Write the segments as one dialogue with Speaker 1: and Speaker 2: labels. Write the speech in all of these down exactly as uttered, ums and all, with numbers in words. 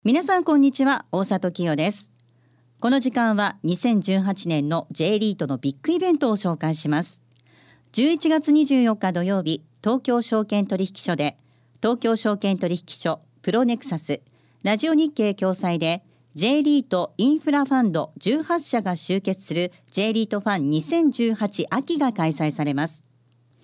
Speaker 1: 皆さんこんにちは、大里清です。この時間はにせんじゅうはちねんの J リートのビッグイベントを紹介します。じゅういちがつにじゅうよっか土曜日、東京証券取引所で東京証券取引所プロネクサスラジオ日経共催で J リートインフラファンドじゅうはちしゃが集結する J リートファンにせんじゅうはち秋が開催されます。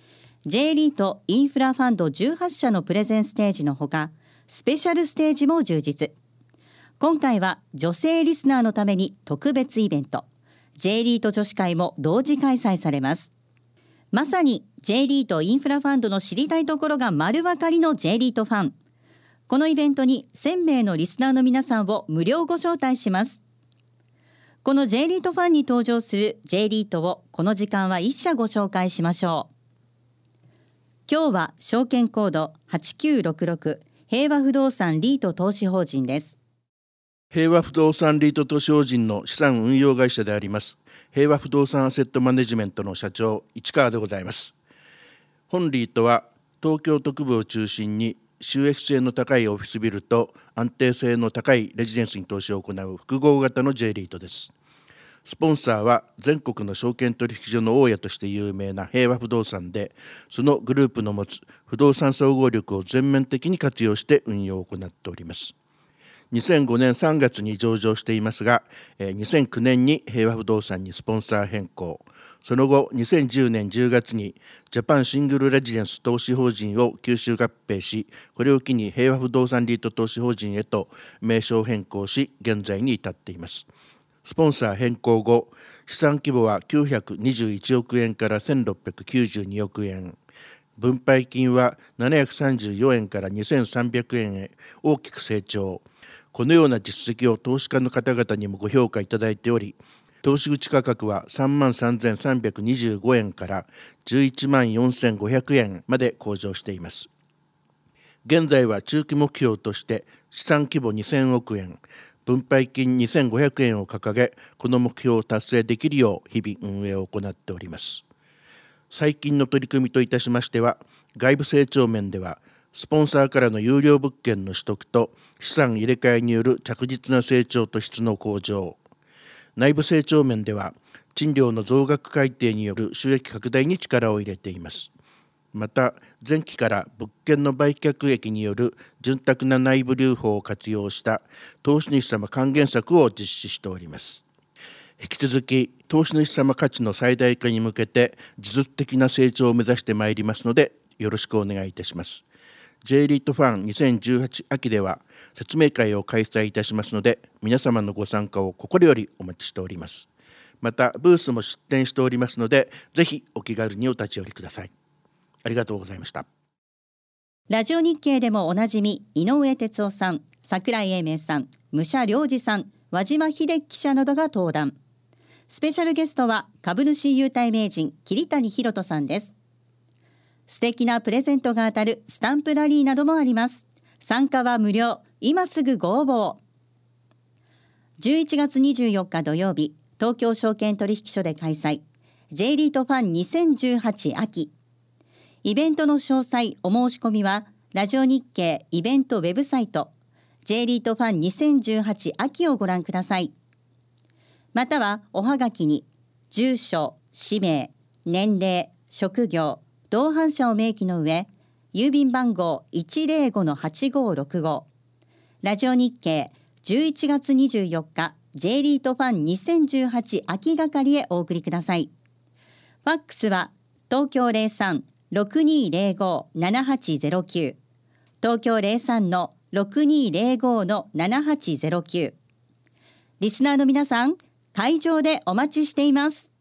Speaker 1: J リートインフラファンドじゅうはちしゃのプレゼンステージのほか、スペシャルステージも充実。今回は女性リスナーのために特別イベント J リート女子会も同時開催されます。まさに J リートインフラファンドの知りたいところが丸分かりの J リートファン。このイベントにせんめいのリスナーの皆さんを無料ご招待します。この J リートファンに登場する J リートをこの時間はいっしゃご紹介しましょう。今日は証券コードはちきゅうろくろく平和不動産リート投資法人です。
Speaker 2: 平和不動産リート投資法人の資産運用会社であります平和不動産アセットマネジメントの社長市川でございます。本リートは東京都区部を中心に収益性の高いオフィスビルと安定性の高いレジデンスに投資を行う複合型の J リートです。スポンサーは全国の証券取引所の大家として有名な平和不動産で、そのグループの持つ不動産総合力を全面的に活用して運用を行っております。にせんごねんさんがつに上場していますが、にせんきゅうねんに平和不動産にスポンサー変更、その後にせんじゅうねんじゅうがつにジャパンシングルレジデンス投資法人を吸収合併し、これを機に平和不動産リート投資法人へと名称変更し、現在に至っています。スポンサー変更後、資産規模はきゅうひゃくにじゅういちおくえんからせんろっぴゃくきゅうじゅうにおくえん、分配金はななひゃくさんじゅうよえんからにせんさんびゃくえんへ大きく成長。このような実績を投資家の方々にもご評価いただいており、投資口価格はさんまんさんぜんさんびゃくにじゅうごえんからじゅういちまんよんせんごひゃくえんまで向上しています。現在は中期目標として資産規模にせんおくえん、分配金にせんごひゃくえんを掲げ、この目標を達成できるよう日々運営を行っております。最近の取り組みといたしましては、外部成長面ではスポンサーからの有料物件の取得と資産入れ替えによる着実な成長と質の向上、内部成長面では賃料の増額改定による収益拡大に力を入れています。また前期から物件の売却益による潤沢な内部留保を活用した投資主様還元策を実施しております。引き続き投資主様価値の最大化に向けて持続的な成長を目指してまいりますので、よろしくお願いいたします。J リートファンにせんじゅうはち秋では説明会を開催いたしますので、皆様のご参加を心よりお待ちしております。またブースも出展しておりますので、ぜひお気軽にお立ち寄りください。ありがとうございました。
Speaker 1: ラジオ日経でもおなじみ井上哲夫さん、櫻井英明さん、武者良二さん、和島秀樹記者などが登壇。スペシャルゲストは株主優待名人桐谷博人さんです。素敵なプレゼントが当たるスタンプラリーなどもあります。参加は無料。今すぐご応募を。じゅういちがつにじゅうよっか土曜日、東京証券取引所で開催 J リートファンにせんじゅうはち秋。イベントの詳細お申し込みはラジオ日経イベントウェブサイト J リートファンにせんじゅうはち秋をご覧ください。またはおはがきに住所、氏名、年齢、職業、同伴者を明記の上、郵便番号 いちぜろごのはちごろくご、ラジオ日経じゅういちがつにじゅうよっか J リートファンにせんじゅうはち秋係へお送りください。ファックスは東京 ゼロさん ろくにーゼロご ななはちゼロきゅう、東京 ゼロさん ろくにーゼロご ななはちゼロきゅう。リスナーの皆さん、会場でお待ちしています。